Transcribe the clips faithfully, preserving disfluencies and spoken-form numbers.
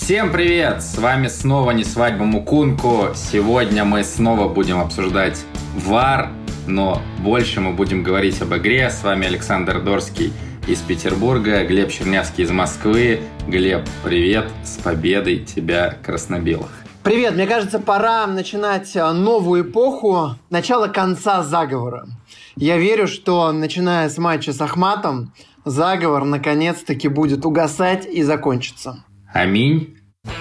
Всем привет! С вами снова «Не свадьба Мукунку». Сегодня мы снова будем обсуждать ВАР, но больше мы будем говорить об игре. С вами Александр Дорский из Петербурга, Глеб Чернявский из Москвы. Глеб, привет! С победой тебя, краснобелых! Привет! Мне кажется, пора начинать новую эпоху, начало конца заговора. Я верю, что, начиная с матча с Ахматом, заговор наконец-таки будет угасать и закончится. Аминь.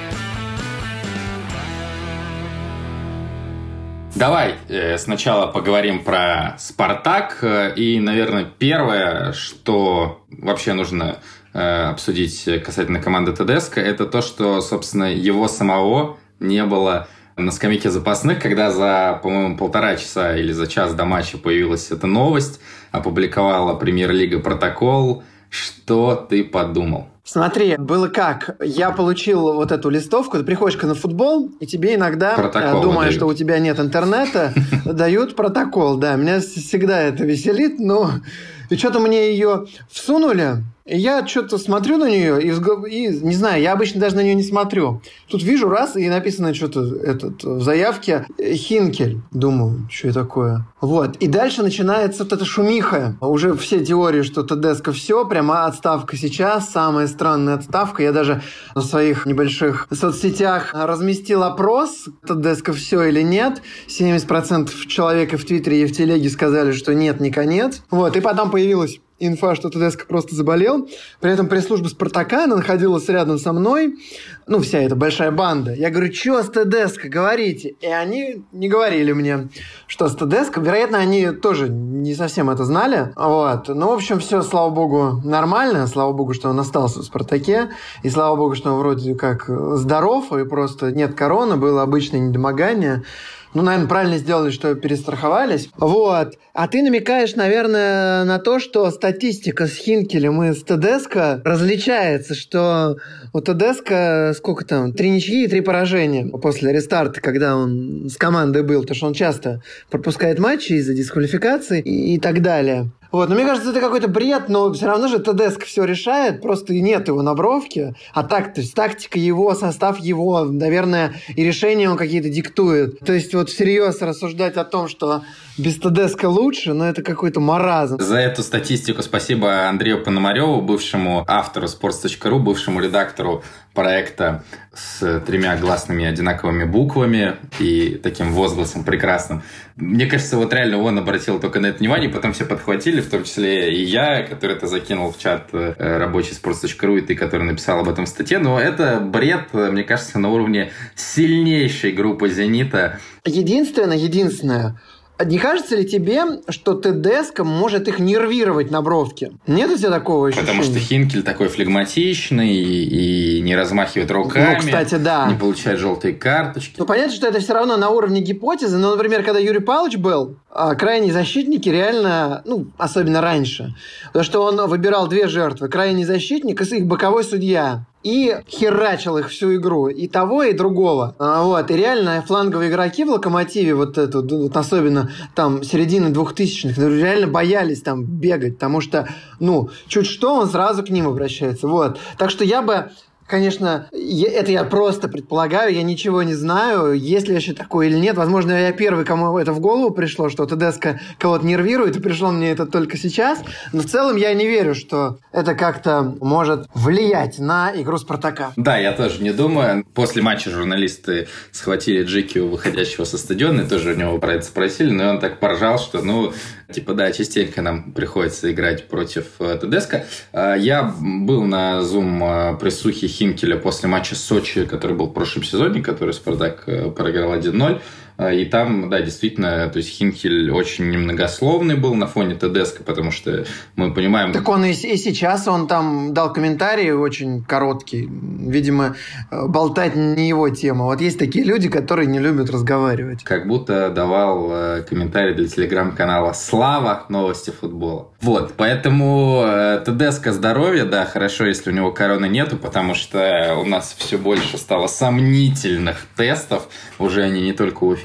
Давай э, сначала поговорим про «Спартак». И, наверное, первое, что вообще нужно э, обсудить касательно команды ТДСК, это то, что, собственно, его самого не было на скамейке запасных, когда за, по-моему, полтора часа или за час до матча появилась эта новость, опубликовала Премьер-лига протокол. Что ты подумал? Смотри, было как. Я получил вот эту листовку, ты приходишь на футбол, и тебе иногда, протокол думая, дают. что у тебя нет интернета, дают протокол. Да, меня всегда это веселит, но... И что-то мне ее всунули, и я что-то смотрю на нее, и, и не знаю, я обычно даже на нее не смотрю. Тут вижу раз, и написано что-то этот, в заявке «Хинкель». Думаю, что это такое? Вот. И дальше начинается вот эта шумиха. Уже все теории, что ТДСК все, прямо отставка сейчас, самая странная отставка. Я даже в своих небольших соцсетях разместил опрос, ТДСК все или нет. семьдесят процентов человек и в Твиттере, и в Телеге сказали, что нет, не конец. Вот. И потом появилась инфа, что ТДСК просто заболел. При этом пресс-служба «Спартака», она находилась рядом со мной. Ну, вся эта большая банда. Я говорю, что с ТДСК, говорите? И они не говорили мне, что с ТДСК. Вероятно, они тоже не совсем это знали. Вот. Ну, в общем, все, слава богу, нормально. Слава богу, что он остался в «Спартаке». И слава богу, что он вроде как здоров. И просто нет короны, было обычное недомогание. Ну, наверное, правильно сделали, что перестраховались. Вот. А ты намекаешь, наверное, на то, что статистика с Хинкелем и с ТДСК различается, что у ТДСК сколько там? Три ничьи и три поражения после рестарта, когда он с командой был, потому что он часто пропускает матчи из-за дисквалификации и, и так далее. Вот, но мне кажется, это какой-то бред, но все равно же ТДСК все решает, просто нет его на бровке. А так, то есть тактика его, состав его, наверное, и решения он какие-то диктует. То есть вот всерьез рассуждать о том, что без ТДСК лучше, но это какой-то маразм. За эту статистику спасибо Андрею Пономареву, бывшему автору спортс точка ру, бывшему редактору проекта с тремя гласными одинаковыми буквами и таким возгласом прекрасным. Мне кажется, вот реально он обратил только на это внимание, потом все подхватили, в том числе и я, который это закинул в чат рабочий спортс точка ру, и ты, который написал об этом в статье. Но это бред, мне кажется, на уровне сильнейшей группы «Зенита». Единственное, единственное, не кажется ли тебе, что ТДСК может их нервировать на бровке? Нет у тебя такого ощущения? Потому что Хинкель такой флегматичный и, и не размахивает руками, ну, кстати, да. Не получает желтые карточки. Ну, понятно, что это все равно на уровне гипотезы, но, например, когда Юрий Павлович был, крайние защитники реально, ну, особенно раньше, потому что он выбирал две жертвы, крайний защитник и их боковой судья. И херачил их всю игру. И того, и другого. А, вот. И реально фланговые игроки в «Локомотиве», вот эту, вот особенно там середины двухтысячных, реально боялись там бегать, потому что, ну, чуть что, он сразу к ним обращается. Вот. Так что я бы... Конечно, это я просто предполагаю, я ничего не знаю, есть ли вообще такое или нет. Возможно, я первый, кому это в голову пришло, что ТДСК кого-то нервирует, и пришло мне это только сейчас. Но в целом я не верю, что это как-то может влиять на игру «Спартака». Да, я тоже не думаю. После матча журналисты схватили Джики, выходящего со стадиона, и тоже у него про это спросили, но он так поржал, что, ну, типа, да, частенько нам приходится играть против ТДСК. Я был на Zoom-прессухе Хинкеля после матча с Сочи, который был в прошлом сезоне, который «Спартак» проиграл один ноль. И там, да, действительно, то есть Хинкель очень немногословный был на фоне ТДСК, потому что мы понимаем... Так он и, и сейчас, он там дал комментарий очень короткий. Видимо, болтать не его тема. Вот есть такие люди, которые не любят разговаривать. Как будто давал комментарий для телеграм-канала «Слава! Новости футбола». Вот, поэтому ТДСК здоровье, да, хорошо, если у него короны нету, потому что у нас все больше стало сомнительных тестов. Уже они не только в Уфе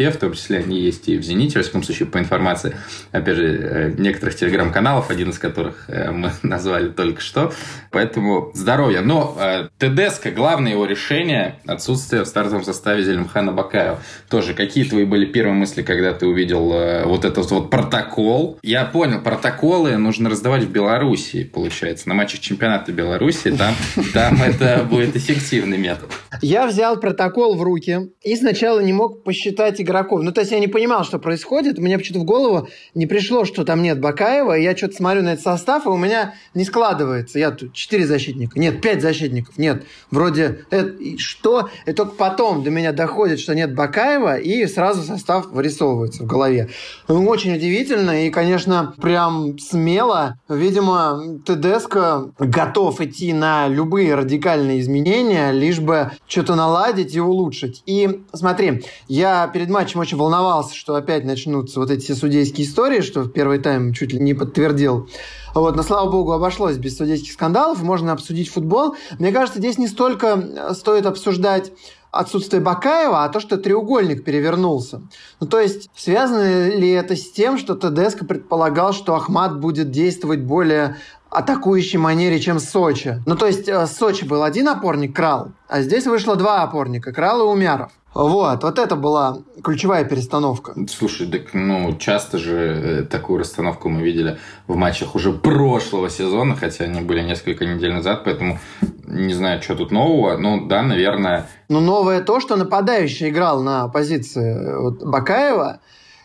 Москве, в том числе они есть и в «Зените», во всяком случае, по информации, опять же, некоторых телеграм-каналов, один из которых мы назвали только что. Поэтому здоровья. Но Тедеско, главное его решение – отсутствие в стартовом составе Зелимхана Бакаева. Тоже, какие твои были первые мысли, когда ты увидел вот этот вот протокол? Я понял, протоколы нужно раздавать в Белоруссии, получается, на матчах чемпионата Беларуси, там, там это будет эффективный метод. Я взял протокол в руки и сначала не мог посчитать игроков. Ну, то есть я не понимал, что происходит. Мне почему-то в голову не пришло, что там нет Бакаева. И я что-то смотрю на этот состав, и у меня не складывается. Я тут четыре защитника. Нет, пять защитников. Нет, вроде... Это, что? И только потом до меня доходит, что нет Бакаева, и сразу состав вырисовывается в голове. Ну, очень удивительно и, конечно, прям смело. Видимо, Тедеско готов идти на любые радикальные изменения, лишь бы что-то наладить и улучшить. И смотри, я перед матчем очень волновался, что опять начнутся вот эти все судейские истории, что в первый тайм чуть ли не подтвердил. Вот, но, слава богу, обошлось без судейских скандалов, можно обсудить футбол. Мне кажется, здесь не столько стоит обсуждать отсутствие Бакаева, а то, что треугольник перевернулся. Ну, то есть, связано ли это с тем, что Тедеско предполагал, что Ахмат будет действовать более атакующей манере, чем Сочи? Ну, то есть, в Сочи был один опорник, Крал, а здесь вышло два опорника, Крал и Умяров. Вот, вот это была ключевая перестановка. Слушай, так, ну, часто же такую расстановку мы видели в матчах уже прошлого сезона, хотя они были несколько недель назад, поэтому не знаю, что тут нового. Ну, да, наверное... Ну, новое то, что нападающий играл на позиции вот, Бакаева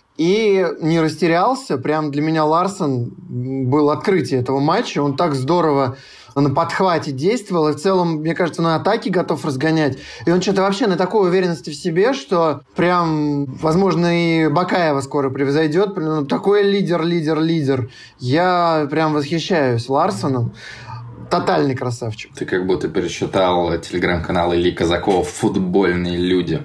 и не растерялся. Прям для меня Ларсон был открытие этого матча. Он так здорово на подхвате действовал, и в целом, мне кажется, на атаке готов разгонять. И он что-то вообще на такой уверенности в себе, что прям, возможно, и Бакаева скоро превзойдет. Ну, такой лидер, лидер, лидер. Я прям восхищаюсь Ларсоном. Тотальный красавчик. Ты как будто пересчитал телеграм-канал Ильи Казакова «Футбольные люди».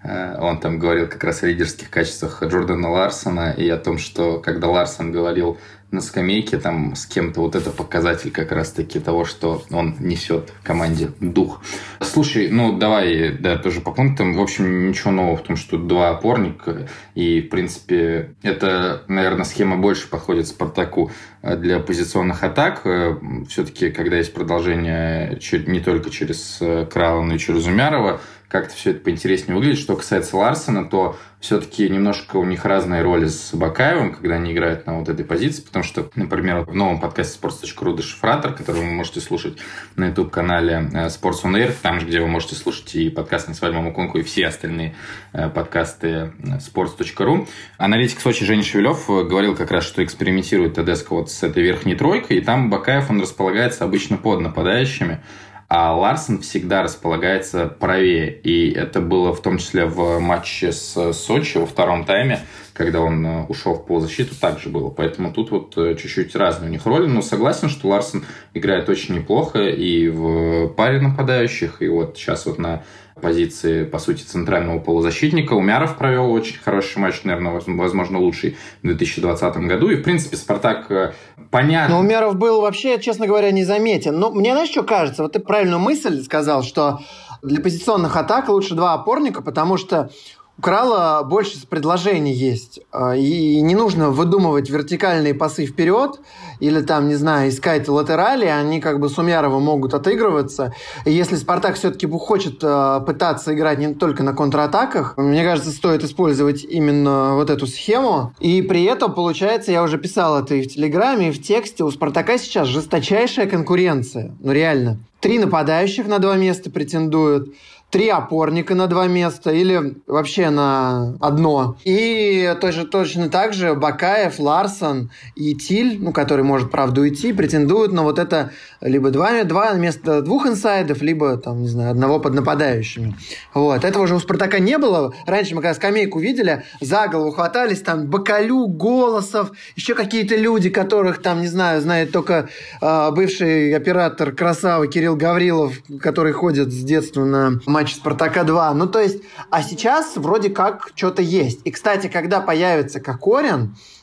Он там говорил как раз о лидерских качествах Джордана Ларсона и о том, что когда Ларсон говорил на скамейке там с кем-то, вот это показатель как раз-таки того, что он несет команде дух. Слушай, ну давай, да, тоже по пунктам. В общем, ничего нового в том, что тут два опорника, и, в принципе, это, наверное, схема больше подходит Спартаку для позиционных атак. Все-таки, когда есть продолжение не только через Крала, но и через Умярова, как-то все это поинтереснее выглядит. Что касается Ларсона, то все-таки немножко у них разные роли с Бакаевым, когда они играют на вот этой позиции, потому что, например, в новом подкасте sports точка ru «Дешифратор», который вы можете слушать на YouTube-канале Sports on Air, там же, где вы можете слушать и подкаст «Не свадьба Мукунку», и все остальные подкасты sports точка ru, аналитик Сочи Женя Шевелев говорил как раз, что экспериментирует Тедеско вот с этой верхней тройкой, и там Бакаев, он располагается обычно под нападающими, а Ларсон всегда располагается правее. И это было в том числе в матче с Сочи во втором тайме, когда он ушел в полузащиту, так же было. Поэтому тут вот чуть-чуть разные у них роли. Но согласен, что Ларсон играет очень неплохо и в паре нападающих, и вот сейчас вот на позиции, по сути, центрального полузащитника. Умяров провел очень хороший матч, наверное, возможно, лучший в две тысячи двадцатом году. И, в принципе, Спартак понятно. Но Умяров был вообще, честно говоря, незаметен. Но мне, знаешь, что кажется? Вот ты правильную мысль сказал, что для позиционных атак лучше два опорника, потому что у Крала больше предложений есть. И не нужно выдумывать вертикальные пасы вперед или там, не знаю, искать латерали. Они как бы с Умяровым могут отыгрываться. И если Спартак все-таки хочет пытаться играть не только на контратаках, мне кажется, стоит использовать именно вот эту схему. И при этом, получается, я уже писал это и в Телеграме, и в тексте, у Спартака сейчас жесточайшая конкуренция. Ну реально. Три нападающих на два места претендуют. Три опорника на два места или вообще на одно. И тоже, точно так же Бакаев, Ларсон и Тиль, ну, который может, правда, уйти, претендуют на вот это либо два, два вместо двух инсайдов, либо, там, не знаю, одного под нападающими. Вот. Этого же у Спартака не было. Раньше мы когда скамейку видели, за голову хватались, там, Бакалюк, Голосов, еще какие-то люди, которых, там, не знаю, знает только э, бывший оператор Красава Кирилл Гаврилов, который ходит с детства на матч Спартака два. Ну, то есть, а сейчас вроде как что-то есть. И, кстати, когда появится Кокорин,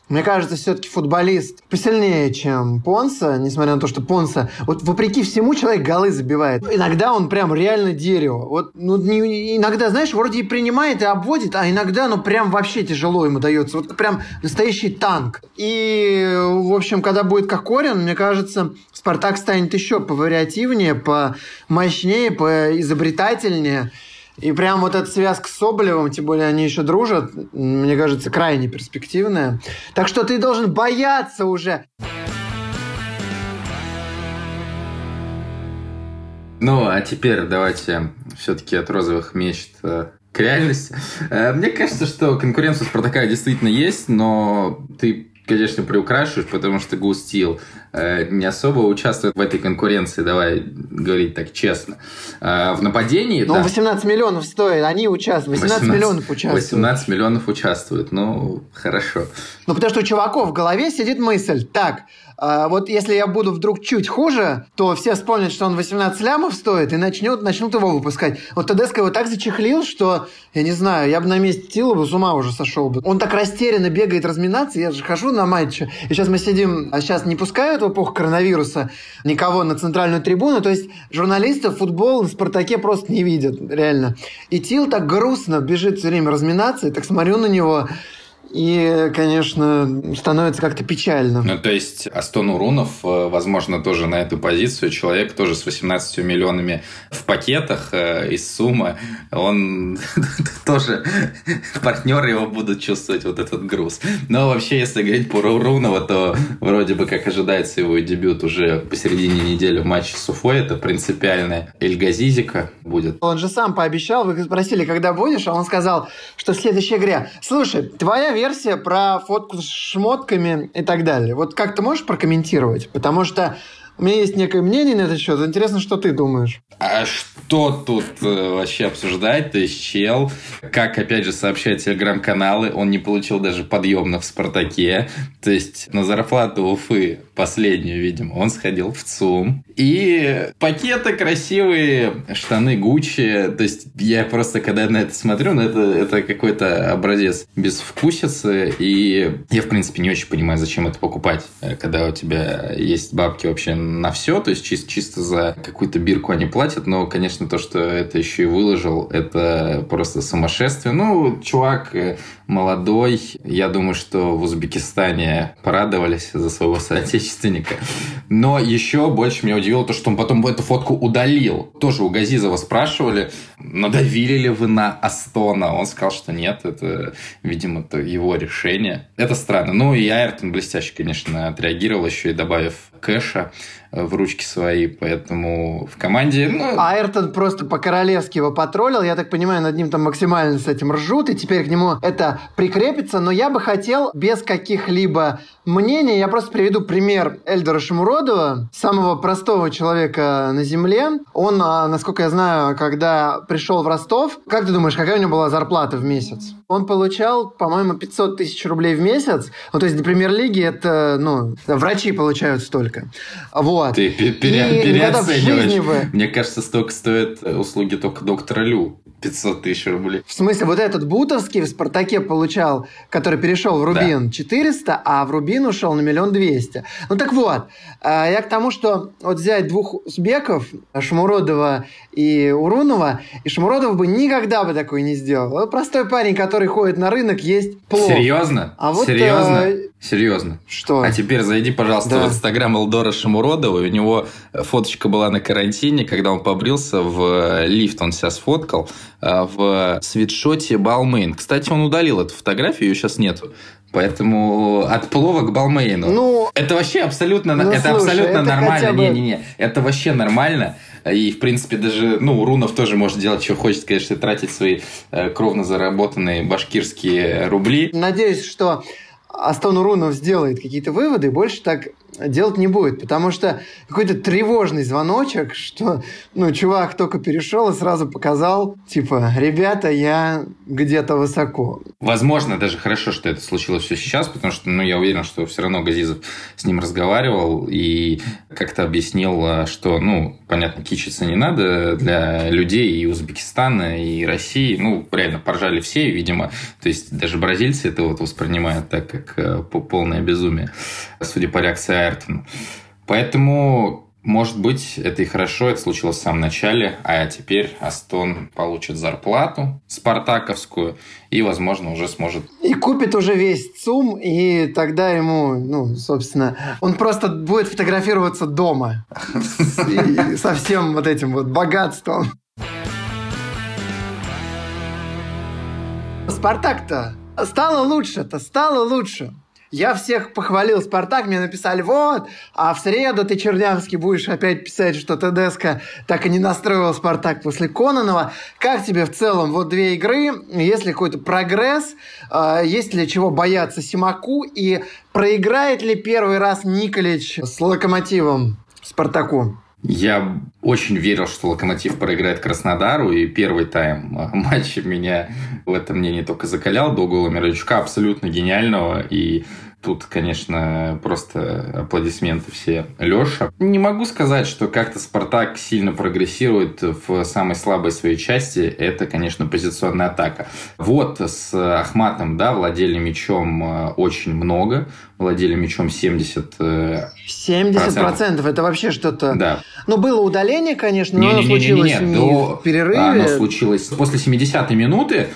Мне кажется, все-таки футболист посильнее, чем Понса, несмотря на то, что Понса, вот вопреки всему, человек голы забивает. Иногда он прям реально дерево. Вот, ну, не, иногда, знаешь, вроде и принимает, и обводит, а иногда, ну, прям вообще тяжело ему дается. Вот прям настоящий танк. И, в общем, когда будет Кокорин, мне кажется, Спартак станет еще повариативнее, помощнее, поизобретательнее. И прям вот эта связка с Соболевым, тем более они еще дружат, мне кажется, крайне перспективная. Так что ты должен бояться уже. Ну, а теперь давайте все-таки от розовых мечт к реальности. Мне кажется, что конкуренция Спартака действительно есть, но ты, конечно, приукрашиваешь, потому что Густил не особо участвует в этой конкуренции, давай говорить так честно. В нападении... Ну, да. восемнадцать миллионов стоит, они участвуют, восемнадцать миллионов участвуют. восемнадцать миллионов участвуют, ну, хорошо. Ну, потому что у чуваков в голове сидит мысль, так, э, вот если я буду вдруг чуть хуже, то все вспомнят, что он восемнадцать лямов стоит, и начнет, начнут его выпускать. Вот Тедеско его так зачехлил, что, я не знаю, я бы на месте Тилова с ума уже сошел бы. Он так растерянно бегает разминаться, я же хожу на матче, и сейчас мы сидим, а сейчас не пускают в эпоху коронавируса никого на центральную трибуну, то есть журналистов футбол на Спартаке просто не видят, реально. И Тил так грустно бежит все время разминаться, и так смотрю на него, и, конечно, становится как-то печально. Ну, то есть Астон Урунов, возможно, тоже на эту позицию. Человек тоже с восемнадцатью миллионами в пакетах из суммы. Он тоже... Партнеры его будут чувствовать вот этот груз. Но вообще, если говорить про Урунова, то вроде бы как ожидается его дебют уже посередине недели в матче с Уфой. Это принципиальная Эльга Зизика будет. Он же сам пообещал, вы спросили, когда будешь, а он сказал, что в следующей игре. Слушай, твоя версия про фотку с шмотками и так далее. Вот как ты можешь прокомментировать? Потому что у меня есть некое мнение на этот счет. Интересно, что ты думаешь. А что тут э, вообще обсуждать? То есть чел, как опять же сообщают телеграм-каналы, он не получил даже подъемно в «Спартаке». То есть на зарплату Уфы, последнюю, видимо, он сходил в ЦУМ. И пакеты красивые, штаны Гуччи. То есть я просто, когда на это смотрю, ну это, это какой-то образец безвкусицы. И я, в принципе, не очень понимаю, зачем это покупать, когда у тебя есть бабки вообще на все. То есть чисто, чисто за какую-то бирку они платят. Но, конечно, то, что это еще и выложил, это просто сумасшествие. Ну, чувак молодой. Я думаю, что в Узбекистане порадовались за своего соотечественника. Но еще больше меня удивило то, что он потом эту фотку удалил. Тоже у Газизова спрашивали, надавили ли вы на Астона. Он сказал, что нет, это, видимо, это его решение. Это странно. Ну и Айртон блестяще, конечно, отреагировал, еще и добавив кэша в ручки свои, поэтому в команде... Ну... Айртон просто по-королевски его потроллил, я так понимаю, над ним там максимально с этим ржут, и теперь к нему это прикрепится, но я бы хотел без каких-либо мнений, я просто приведу пример Эльдара Шамуродова, самого простого человека на земле. Он, насколько я знаю, когда пришел в Ростов, как ты думаешь, какая у него была зарплата в месяц? Он получал, по-моему, пятьсот тысяч рублей в месяц, ну, то есть для премьер-лиги это, ну, врачи получают столько. Вот. Ты пере- переоцениваешь. Вы... Мне кажется, столько стоят услуги только доктора Лю. пятьсот тысяч рублей. В смысле, вот этот Бутовский в «Спартаке» получал, который перешел в Рубин, да, четыреста, а в Рубин ушел на миллион двести. Ну так вот, я к тому, что вот взять двух узбеков, Шамуродова и Урунова, и Шамуродов бы никогда бы такой не сделал. Вот простой парень, который ходит на рынок, есть плов. Серьезно? А вот, Серьезно? А... Серьезно? Что? А теперь зайди, пожалуйста, да. в инстаграм Элдора Шамуродова. У него фоточка была на карантине, когда он побрился в лифт, он себя сфоткал в свитшоте Балмейн. Кстати, он удалил эту фотографию, ее сейчас нету. Поэтому от плова к Балмейну. Ну, это вообще абсолютно, ну, это слушай, абсолютно это нормально. Бы... Не-не-не, это вообще нормально. И, в принципе, даже, ну, Урунов тоже может делать, что хочет, конечно, тратить свои э, кровно заработанные башкирские рубли. Надеюсь, что Астон Урунов сделает какие-то выводы и больше так делать не будет, потому что какой-то тревожный звоночек, что, ну, чувак только перешел и сразу показал, типа, ребята, я где-то высоко. Возможно, даже хорошо, что это случилось все сейчас, потому что, ну, я уверен, что все равно Газизов с ним разговаривал и как-то объяснил, что, ну, понятно, кичиться не надо для людей и Узбекистана, и России. Ну, реально, поржали все, видимо. То есть даже бразильцы это вот воспринимают так, как полное безумие, судя по реакции Айртона. Поэтому, может быть, это и хорошо, это случилось в самом начале, а теперь Астон получит зарплату спартаковскую и, возможно, уже сможет... И купит уже весь ЦУМ, и тогда ему, ну, собственно, он просто будет фотографироваться дома со всем вот этим вот богатством. Спартак-то стало лучше-то, стало лучше. Я всех похвалил Спартак, мне написали, вот, а в среду ты, Чернявский, будешь опять писать, что ТДСК так и не настроил Спартак после Кононова. Как тебе в целом вот две игры? Есть ли какой-то прогресс? Есть ли чего бояться Симаку? И проиграет ли первый раз Николич с Локомотивом Спартаку? Я очень верил, что Локомотив проиграет Краснодару, и первый тайм матча меня в этом мнении только закалял до гола Мирончука, абсолютно гениального, и тут, конечно, просто аплодисменты все Лёша. Не могу сказать, что как-то Спартак сильно прогрессирует в самой слабой своей части. Это, конечно, позиционная атака. Вот с Ахматом, да, владели мячом очень много. Владели мячом семьдесят процентов. семьдесят процентов это вообще что-то... Да. Ну, было удаление, конечно, но не, оно не, не, случилось не, не, не. не До... в перерыве. Оно случилось после семидесятой минуты.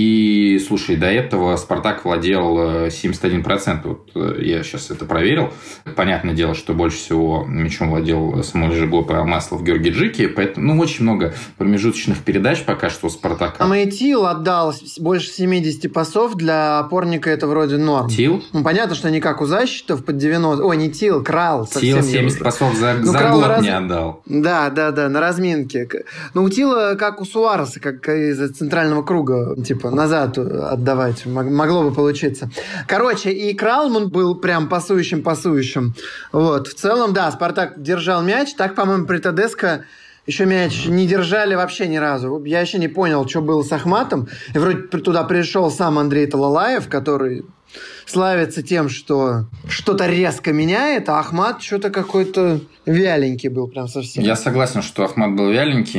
И, слушай, до этого Спартак владел семьдесят один процент. Вот я сейчас это проверил. Понятное дело, что больше всего мячом владел Самуэль Жигоп и Маслов, Георгий Джики. Поэтому, ну, очень много промежуточных передач пока что у Спартака. А Тил отдал больше семидесяти пасов. Для опорника это вроде норм. Тил? Ну, понятно, что не как у защитов под девяносто. Ой, не Тил, Крал. Тил семьдесят пасов за, ну, за год раз... не отдал. Да, да, да, на разминке. Но у Тила как у Суареса, как из центрального круга, типа, назад отдавать. Могло бы получиться. Короче, и Кралман был прям пасующим-пасующим. Вот. В целом, да, Спартак держал мяч. Так, по-моему, при ТДСК еще мяч не держали вообще ни разу. Я еще не понял, что было с Ахматом. И вроде туда пришел сам Андрей Талалаев, который славится тем, что что-то резко меняет, а Ахмат что-то какой-то вяленький был прям совсем. Я согласен, что Ахмат был вяленький,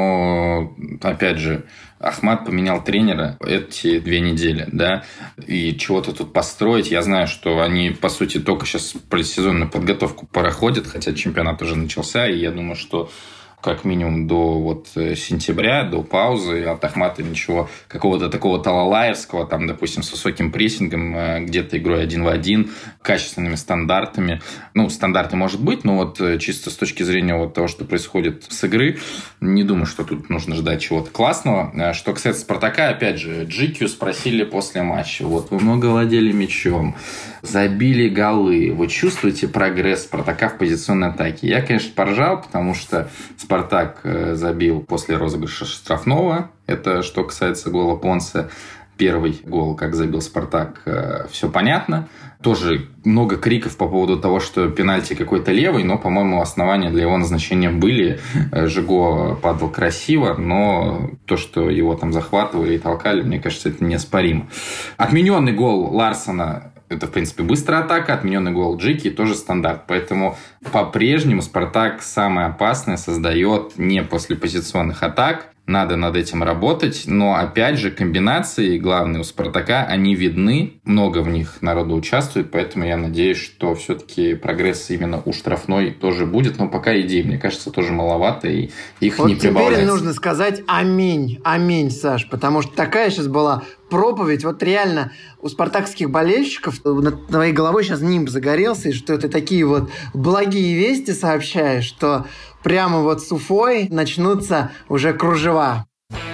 но, опять же, Ахмат поменял тренера эти две недели, да, и чего-то тут построить. Я знаю, что они, по сути, только сейчас предсезонную подготовку проходят, хотя чемпионат уже начался, и я думаю, что как минимум до вот сентября, до паузы от Ахмата ничего какого-то такого талалаевского, там, допустим, с высоким прессингом, где-то игрой один в один, качественными стандартами. Ну, стандарты может быть, но вот чисто с точки зрения вот того, что происходит с игры, не думаю, что тут нужно ждать чего-то классного. Что касается Спартака, опять же, Джикью спросили после матча. Вот вы много владели мячом, забили голы. Вы чувствуете прогресс Спартака в позиционной атаке? Я, конечно, поржал, потому что Спартак забил после розыгрыша штрафного. Это что касается гола Понса. Первый гол, как забил Спартак, все понятно. Тоже много криков по поводу того, что пенальти какой-то левый, но, по-моему, основания для его назначения были. Жиго падал красиво, но то, что его там захватывали и толкали, мне кажется, это неоспоримо. Отмененный гол Ларсона — это, в принципе, быстрая атака. Отмененный гол Джики — тоже стандарт. Поэтому по-прежнему Спартак самое опасное создает не после позиционных атак. Надо над этим работать. Но, опять же, комбинации главные у Спартака, они видны. Много в них народу участвует. Поэтому я надеюсь, что все-таки прогресс именно у штрафной тоже будет. Но пока идей, мне кажется, тоже маловато. И их вот не прибавляется. Теперь нужно сказать аминь. Аминь, Саш. Потому что такая сейчас была проповедь. Вот реально у спартакских болельщиков над твоей головой сейчас нимб загорелся. И что ты такие вот благие вести сообщаешь, что прямо вот с Уфой начнутся уже кружева.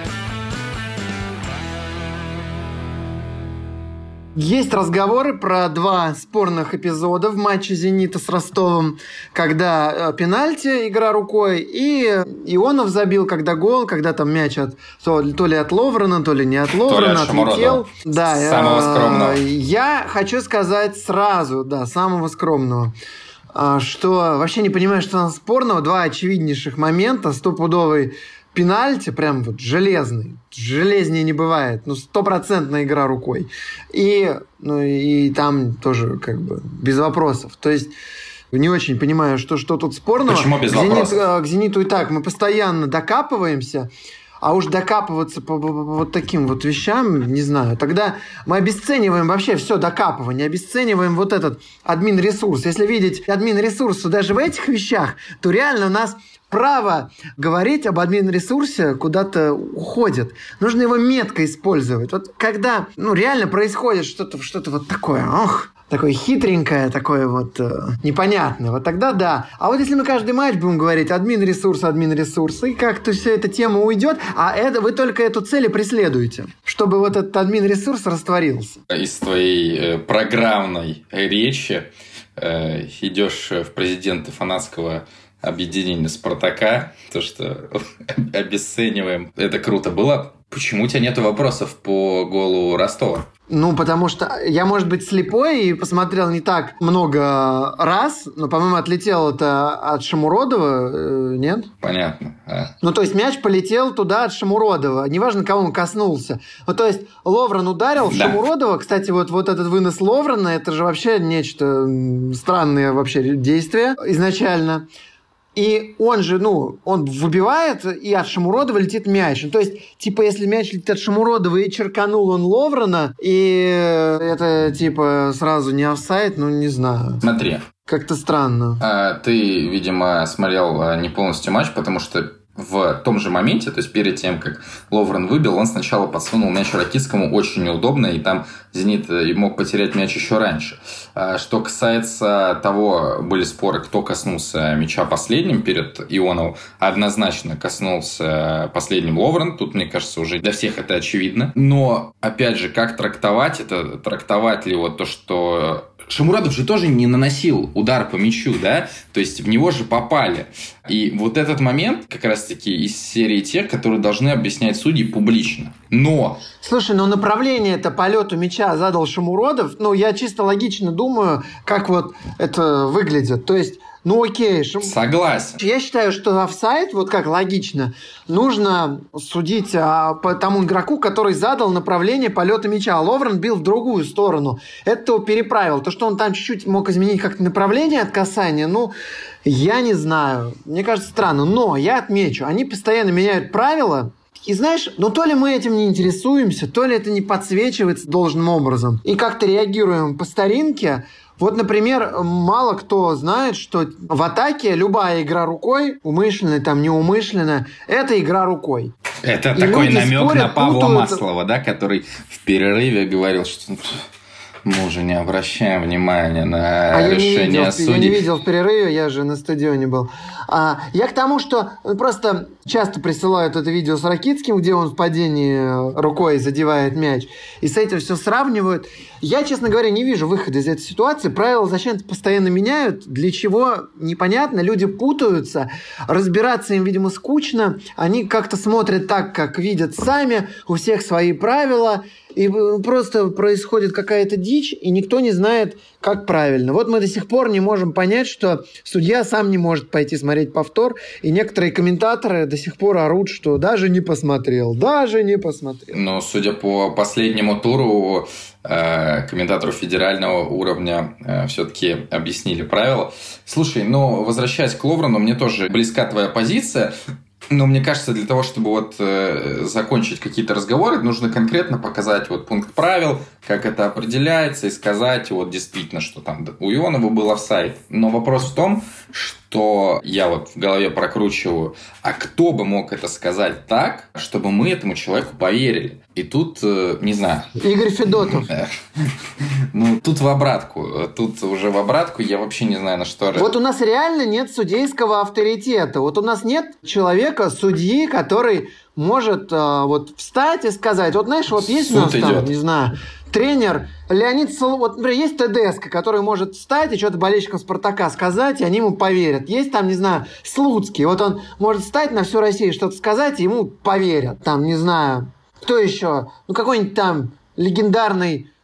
Есть разговоры про два спорных эпизода в матче «Зенита» с Ростовом, когда пенальти, игра рукой, и Ионов забил, когда гол, когда там мяч от, то, то ли от Ловрена, то ли не от Ловрена, отлетел. Да, самого скромного. Я хочу сказать сразу, да, самого скромного. что вообще не понимаю, что там спорного. Два очевиднейших момента. Стопудовый пенальти, прям вот железный. Железнее не бывает. Ну, стопроцентная игра рукой. И, ну, и там тоже как бы без вопросов. То есть не очень понимаю, что, что тут спорного. Почему без Зенит, вопросов? К «Зениту» и так мы постоянно докапываемся. А уж докапываться по, по, по вот таким вот вещам, не знаю. Тогда мы обесцениваем вообще все докапывание, обесцениваем вот этот админ-ресурс. Если видеть админ-ресурс даже в этих вещах, то реально у нас право говорить об админ-ресурсе куда-то уходит. Нужно его метко использовать. Вот когда ну, реально происходит что-то, что-то вот такое, ох, такое хитренькое, такое вот э, непонятное, вот тогда да. А вот если мы каждый матч будем говорить админ-ресурс, админ-ресурс, и как-то вся эта тема уйдет, а это вы только эту цель и преследуете, чтобы вот этот админ-ресурс растворился. Из твоей э, программной речи э, идешь в президенты фанатского объединения «Спартака», то, что обесцениваем. Это круто было. Почему у тебя нет вопросов по голу Ростова? Ну, потому что я, может быть, слепой и посмотрел не так много раз, но, по-моему, отлетел это от Шамуродова, э, нет? Понятно. А. Ну, то есть мяч полетел туда от Шамуродова, неважно, кого он коснулся. Ну, то есть Ловрен ударил да. Шамуродова, кстати, вот, вот этот вынос Ловрена, это же вообще нечто странное вообще действие изначально. И он же, ну, он выбивает, и от Шамуродова летит мяч. Ну, то есть, типа, если мяч летит от Шамуродова и черканул он Ловрена, и это, типа, сразу не офсайд, ну, не знаю. Смотри. Как-то странно. А, ты, видимо, смотрел не полностью матч, потому что в том же моменте, то есть перед тем, как Ловрен выбил, он сначала подсунул мяч Ракитскому очень неудобно, и там «Зенит» мог потерять мяч еще раньше. Что касается того, были споры, кто коснулся мяча последним перед Ионовым, однозначно коснулся последним Ловрен, тут, мне кажется, уже для всех это очевидно. Но, опять же, как трактовать это? Трактовать ли вот то, что... Шамурадов же тоже не наносил удар по мячу, да? То есть в него же попали. И вот этот момент как раз-таки из серии тех, которые должны объяснять судьи публично. Но... Слушай, ну направление-то полету мяча задал Шамуродов. Ну, я чисто логично думаю, как вот это выглядит. То есть, ну окей. Шам... Согласен. Я считаю, что офсайд, вот как логично, нужно судить а, по тому игроку, который задал направление полета мяча. А Ловрен бил в другую сторону. Это переправил. То, что он там чуть-чуть мог изменить как-то направление от касания, ну... Я не знаю. Мне кажется, странно. Но я отмечу, они постоянно меняют правила. И знаешь, ну то ли мы этим не интересуемся, то ли это не подсвечивается должным образом. И как-то реагируем по старинке. Вот, например, мало кто знает, что в атаке любая игра рукой, умышленная, там, неумышленная, это игра рукой. Это и такой намек спорят, на Павла путаются. Маслова, да, который в перерыве говорил, что... Мы уже не обращаем внимания на а решение судей. Я не видел в перерыве, я же на стадионе был. А, я к тому, что просто часто присылают это видео с Ракитским, где он в падении рукой задевает мяч, и с этим все сравнивают. Я, честно говоря, не вижу выхода из этой ситуации. Правила зачем-то постоянно меняют. Для чего? Непонятно. Люди путаются. Разбираться им, видимо, скучно. Они как-то смотрят так, как видят сами. У всех свои правила. И просто происходит какая-то дичь, и никто не знает, как правильно. Вот мы до сих пор не можем понять, что судья сам не может пойти смотреть повтор, и некоторые комментаторы до сих пор орут, что даже не посмотрел, даже не посмотрел. Но судя по последнему туру, э, комментатору федерального уровня э, все-таки объяснили правила. Слушай, ну, возвращаясь к Ловрену, мне тоже близка твоя позиция. Но мне кажется, для того, чтобы вот э, закончить какие-то разговоры, нужно конкретно показать вот пункт правил, как это определяется, и сказать вот действительно, что там у Ионова был офсайд. Но вопрос в том, что я вот в голове прокручиваю, а кто бы мог это сказать так, чтобы мы этому человеку поверили? И тут, э, не знаю... Игорь Федотов. Ну, тут в обратку. Тут уже в обратку, я вообще не знаю, на что... Вот у нас реально нет судейского авторитета. Вот у нас нет человека, судьи, который может э, вот встать и сказать, вот знаешь, вот есть у нас там, не знаю, тренер Леонид Соловьев, вот, например, есть ТДСК, который может встать и что-то болельщикам Спартака сказать, и они ему поверят. Есть там, не знаю, Слуцкий, вот он может встать на всю Россию что-то сказать, и ему поверят. Там, не знаю, кто еще, ну какой-нибудь там легендарный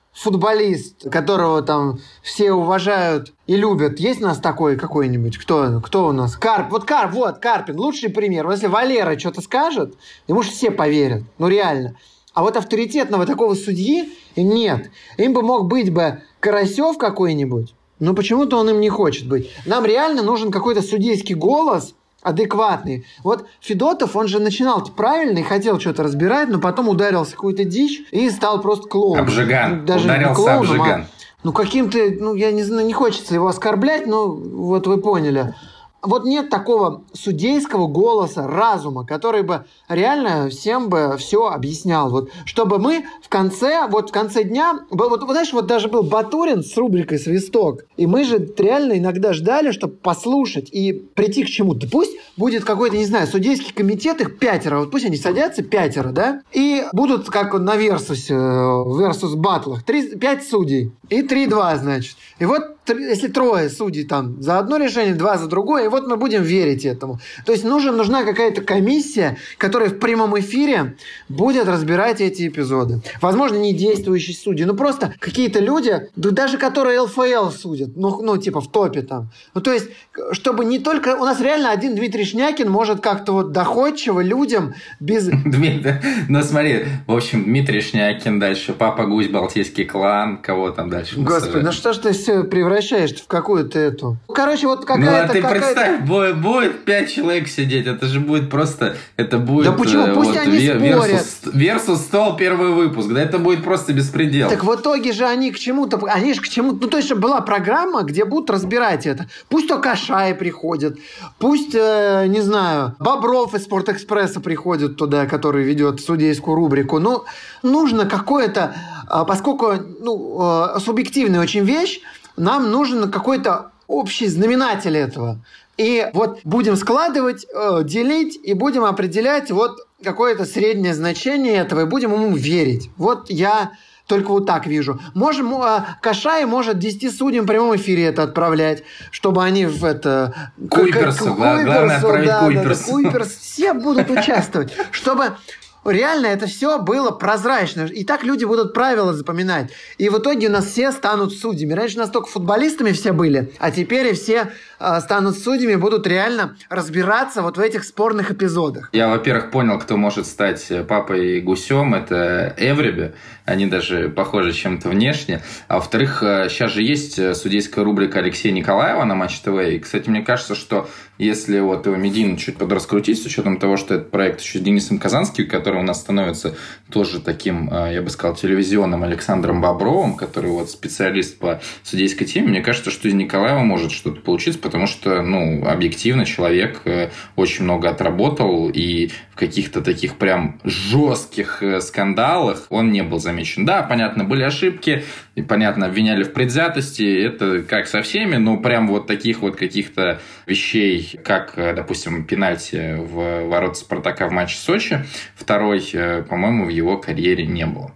футболист, которого там все уважают и любят. Есть у нас такой какой-нибудь? Кто, кто у нас? Карп. Вот Карп, вот, Карпин. Лучший пример. Вот если Валера что-то скажет, ему же все поверят. Ну, реально. А вот авторитетного такого судьи нет. Им бы мог быть бы Карасев какой-нибудь, но почему-то он им не хочет быть. Нам реально нужен какой-то судейский голос, адекватный. Вот Федотов, он же начинал правильно и хотел что-то разбирать, но потом ударился в какую-то дичь и стал просто клоуном. Обжиган. Ну, даже ударился клоуном, обжиган. А, ну, каким-то, ну, я не знаю, не хочется его оскорблять, но вот вы поняли. Вот нет такого судейского голоса, разума, который бы реально всем бы все объяснял. Вот, чтобы мы в конце, вот в конце дня, вот, вот знаешь, вот даже был Батурин с рубрикой «Свисток», и мы же реально иногда ждали, чтобы послушать и прийти к чему-то. Пусть будет какой-то, не знаю, судейский комитет, их пятеро, вот пусть они садятся, пятеро, да, и будут как на Версусе, в Версус баттлах, три, пять судей и три-два, значит. И вот если трое судей там за одно решение, два за другое, и вот мы будем верить этому. То есть нужен, нужна какая-то комиссия, которая в прямом эфире будет разбирать эти эпизоды. Возможно, не действующие судьи, но просто какие-то люди, даже которые эл эф эл судят, ну, ну типа в топе там. Ну, то есть, чтобы не только... У нас реально один Дмитрий Шнякин может как-то вот доходчиво людям без... Дмитрий, ну смотри, в общем, Дмитрий Шнякин, дальше Папа Гусь, Балтийский клан, кого там дальше? Господи, ну что ж ты все превращаешь в какую-то эту... Короче, вот какая-то... Ну, а ты какая-то... представь, будет, будет пять человек сидеть, это же будет просто... Это будет... Да почему? Пусть вот, они спорят. Версус стол первый выпуск, да это будет просто беспредел. Так в итоге же они к чему-то... Они же к чему-то... Ну, то есть, чтобы была программа, где будут разбирать это. Пусть то Кашай приходит, пусть, э, не знаю, Бобров из Спортэкспресса приходит туда, который ведет судейскую рубрику. Ну, нужно какое-то... Э, поскольку, ну, э, субъективная очень вещь, нам нужен какой-то общий знаменатель этого. И вот будем складывать, э, делить и будем определять вот какое-то среднее значение этого и будем ему верить. Вот я только вот так вижу. Можем, э, Кашай может десяти судьям в прямом эфире это отправлять, чтобы они в это... Куйперсу, главное отправить да, Куйперсу. Да, да, Куйперс, все будут участвовать, чтобы... Реально это все было прозрачно. И так люди будут правила запоминать. И в итоге у нас все станут судьями. Раньше у нас только футболистами все были, а теперь и все э, станут судьями, будут реально разбираться вот в этих спорных эпизодах. Я, во-первых, понял, кто может стать Папой Гусем. Это Эвриби. Они даже похожи чем-то внешне. А во-вторых, сейчас же есть судейская рубрика Алексея Николаева на Матч ТВ. И, кстати, мне кажется, что если вот его медийно чуть подраскрутить, с учетом того, что этот проект еще с Денисом Казанским, который у нас становится тоже таким, я бы сказал, телевизионным Александром Бобровым, который вот специалист по судейской теме, мне кажется, что из Николаева может что-то получиться, потому что, ну, объективно человек очень много отработал, и в каких-то таких прям жестких скандалах он не был замечен. Да, понятно, были ошибки, и, понятно, обвиняли в предвзятости, это как со всеми, но прям вот таких вот каких-то вещей, как, допустим, пенальти в ворота Спартака в матче Сочи, второй, по-моему, в его карьере не было.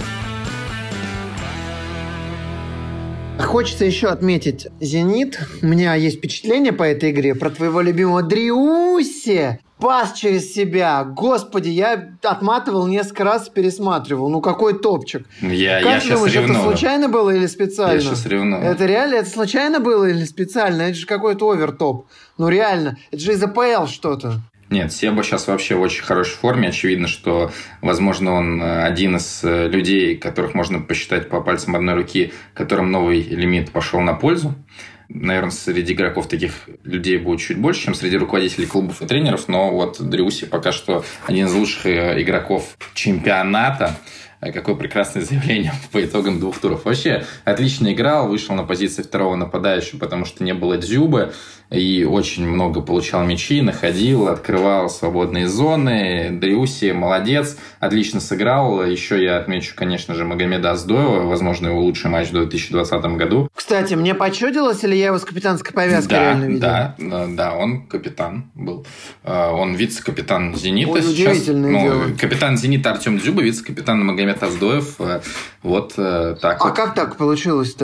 Хочется еще отметить «Зенит». У меня есть впечатление по этой игре про твоего любимого Дриусси. Пас через себя. Господи, я отматывал несколько раз, пересматривал. Ну, какой топчик. Я, как я ты думаешь, ревную. Это случайно было или специально? Я сейчас ревную. Это реально? Это случайно было или специально? Это же какой-то овертоп. Ну, реально. Это же из АПЛ что-то. Нет, Себа сейчас вообще в очень хорошей форме. Очевидно, что, возможно, он один из людей, которых можно посчитать по пальцам одной руки, которым новый лимит пошел на пользу. Наверное, среди игроков таких людей будет чуть больше, чем среди руководителей клубов и тренеров. Но вот Дриусси пока что один из лучших игроков чемпионата. Какое прекрасное заявление по итогам двух туров. Вообще, отлично играл, вышел на позиции второго нападающего, потому что не было Дзюбы, и очень много получал мячи, находил, открывал свободные зоны. Дриусси молодец, отлично сыграл. Еще я отмечу, конечно же, Магомеда Аздоева, возможно, его лучший матч в две тысячи двадцатом году. Кстати, мне почудилось, или я его с капитанской повязкой да, реально видел? Да, да, он капитан был. Он вице-капитан «Зенита». Ой, сейчас. удивительное Ну, дело. капитан «Зенита» Артем Дзюба, вице-капитан Магомеда Мемет Оздоев. Вот так А вот. как так получилось-то?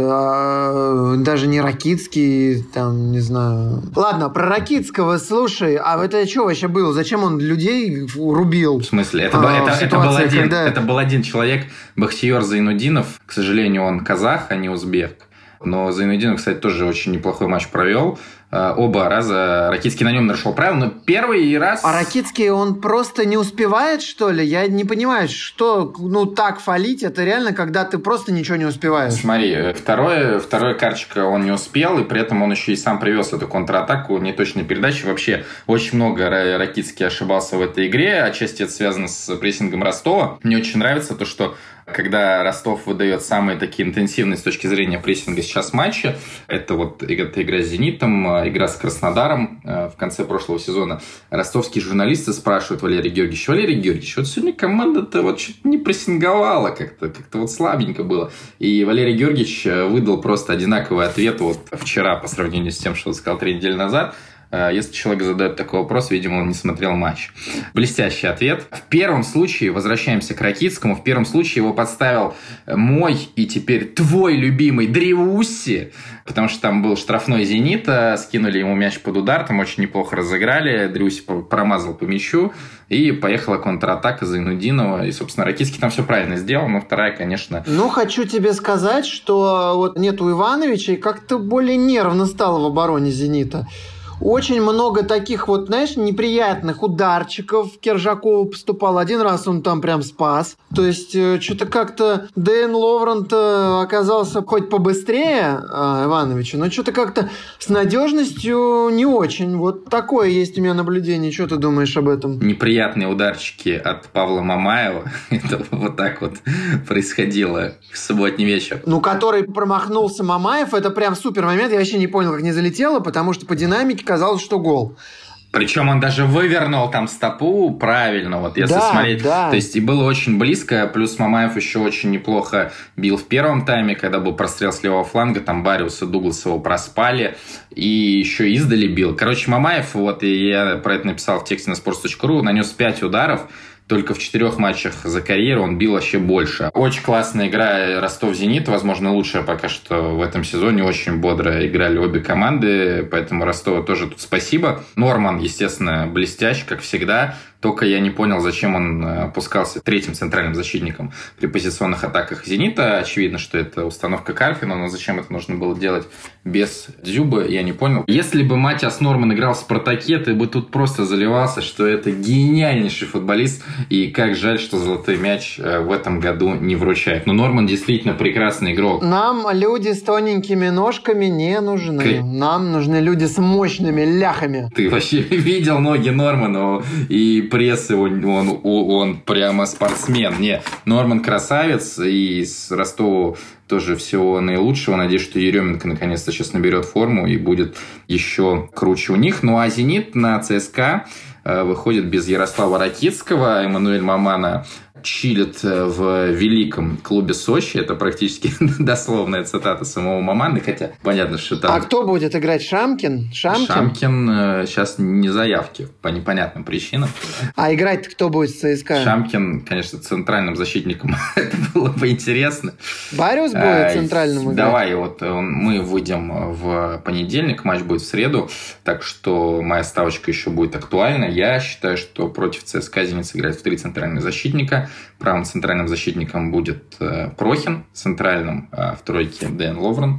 А, даже не Ракитский, там, не знаю... Ладно, про Ракитского, слушай, а это что вообще было? Зачем он людей рубил? В смысле? Это, а, был, это, это, был, один, когда... это был один человек, Бахтиер Зайнудинов. К сожалению, он казах, а не узбек. Но Зайнудинов, кстати, тоже очень неплохой матч провел. Оба раза Ракитский на нем нарушил правила, но первый раз... А Ракитский, он просто не успевает, что ли? Я не понимаю, что, ну, так фалить, это реально, когда ты просто ничего не успеваешь. Смотри, второе, второе карточка он не успел, и при этом он еще и сам привез эту контратаку, неточные передачи. Вообще, очень много Ракитский ошибался в этой игре, отчасти это связано с прессингом Ростова. Мне очень нравится то, что когда Ростов выдает самые такие интенсивные с точки зрения прессинга сейчас матчи, это вот эта игра с «Зенитом», игра с Краснодаром в конце прошлого сезона. Ростовские журналисты спрашивают Валерия Георгиевича: Валерий Георгиевич, вот сегодня команда-то вот что-то не прессинговала, как-то, как-то вот слабенько было. И Валерий Георгиевич выдал просто одинаковый ответ вот вчера по сравнению с тем, что он сказал три недели назад. Если человек задает такой вопрос, видимо, он не смотрел матч. Блестящий ответ. В первом случае, возвращаемся к Ракитскому, в первом случае его подставил мой и теперь твой любимый Дриусси, потому что там был штрафной «Зенита», скинули ему мяч под удар, там очень неплохо разыграли, Дриусси промазал по мячу, и поехала контратака Зайнудинова, и, собственно, Ракитский там все правильно сделал, но вторая, конечно... Ну, хочу тебе сказать, что вот нету Ивановича, и как-то более нервно стало в обороне «Зенита». Очень много таких вот, знаешь, неприятных ударчиков Кержакова поступал. Один раз он там прям спас. То есть, что-то как-то Дэн Ловрент оказался хоть побыстрее а, Ивановича, но что-то как-то с надежностью не очень. Вот такое есть у меня наблюдение. Что ты думаешь об этом? Неприятные ударчики от Павла Мамаева. Это вот так вот происходило в субботний вечер. Ну, который промахнулся Мамаев, это прям супер момент. Я вообще не понял, как не залетело, потому что по динамике казалось, что гол. Причем он даже вывернул там стопу правильно, вот если да, смотреть. Да. То есть и было очень близко, плюс Мамаев еще очень неплохо бил в первом тайме, когда был прострел с левого фланга, там Бариус и Дуглас его проспали, и еще издали бил. Короче, Мамаев, вот и я про это написал в тексте на sports точка ru, нанес пять ударов. Только в четырех матчах за карьеру он бил вообще больше. Очень классная игра Ростов-Зенит, возможно, лучшая пока что в этом сезоне. Очень бодро играли обе команды, поэтому Ростову тоже тут спасибо. Норман, естественно, блестящ, как всегда. Только я не понял, зачем он опускался третьим центральным защитником при позиционных атаках «Зенита». Очевидно, что это установка Карпина, но зачем это нужно было делать без Дзюбы, я не понял. Если бы Матиас Норман играл в «Спартаке», ты бы тут просто заливался, что это гениальнейший футболист, и как жаль, что золотой мяч в этом году не вручают. Но Норман действительно прекрасный игрок. Нам люди с тоненькими ножками не нужны. К... Нам нужны люди с мощными ляхами. Ты вообще видел ноги Нормана и прессы, он, он, он прямо спортсмен. Не, Норман красавец, и с Ростову тоже всего наилучшего. Надеюсь, что Еременко наконец-то сейчас наберет форму и будет еще круче у них. Ну а «Зенит» на ЦСКА выходит без Ярослава Ракитского. Эммануэль Мамана чилит в великом клубе Сочи. Это практически дословная цитата самого Маманы, хотя понятно, что там... А кто будет играть? Шамкин? Шамкин? Шамкин сейчас не заявки по непонятным причинам. А играть кто будет с ЦСКА? Шамкин, конечно, центральным защитником. Это было бы интересно. Бариус будет а, центральным играть? Давай, вот он, мы выйдем в понедельник, матч будет в среду, так что моя ставочка еще будет актуальна. Я считаю, что против ЦСКА «Зенит» сыграет в три центральных защитника. Правым центральным защитником будет Прохин, центральным в тройке Дэн Ловрен,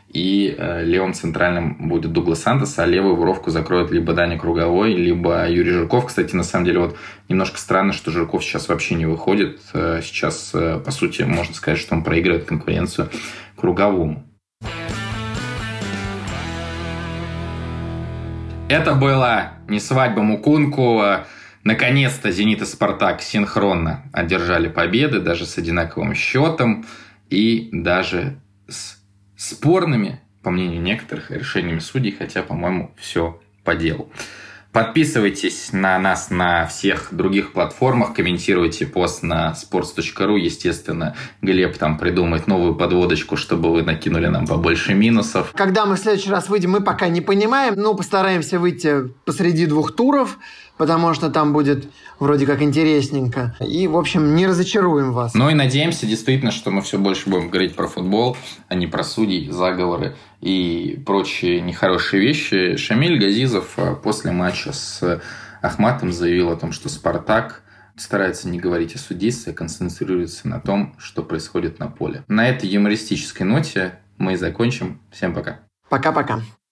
и левым центральным будет Дуглас Сантос, а левую бровку закроет либо Даня Круговой, либо Юрий Жирков. Кстати, на самом деле, вот немножко странно, что Жирков сейчас вообще не выходит. Сейчас, по сути, можно сказать, что он проигрывает конкуренцию Круговому. Это была не свадьба Мукунку. Наконец-то «Зенит» и «Спартак» синхронно одержали победы, даже с одинаковым счетом и даже с спорными, по мнению некоторых, решениями судей, хотя, по-моему, все по делу. Подписывайтесь на нас на всех других платформах, комментируйте пост на sports точка ru. Естественно, Глеб там придумает новую подводочку, чтобы вы накинули нам побольше минусов. Когда мы в следующий раз выйдем, мы пока не понимаем. Ну, постараемся выйти посреди двух туров. потому что там будет вроде как интересненько. И, в общем, не разочаруем вас. Ну и надеемся действительно, что мы все больше будем говорить про футбол, а не про судей, заговоры и прочие нехорошие вещи. Шамиль Газизов после матча с Ахматом заявил о том, что «Спартак» старается не говорить о судействе, а концентрируется на том, что происходит на поле. На этой юмористической ноте мы и закончим. Всем пока. Пока-пока.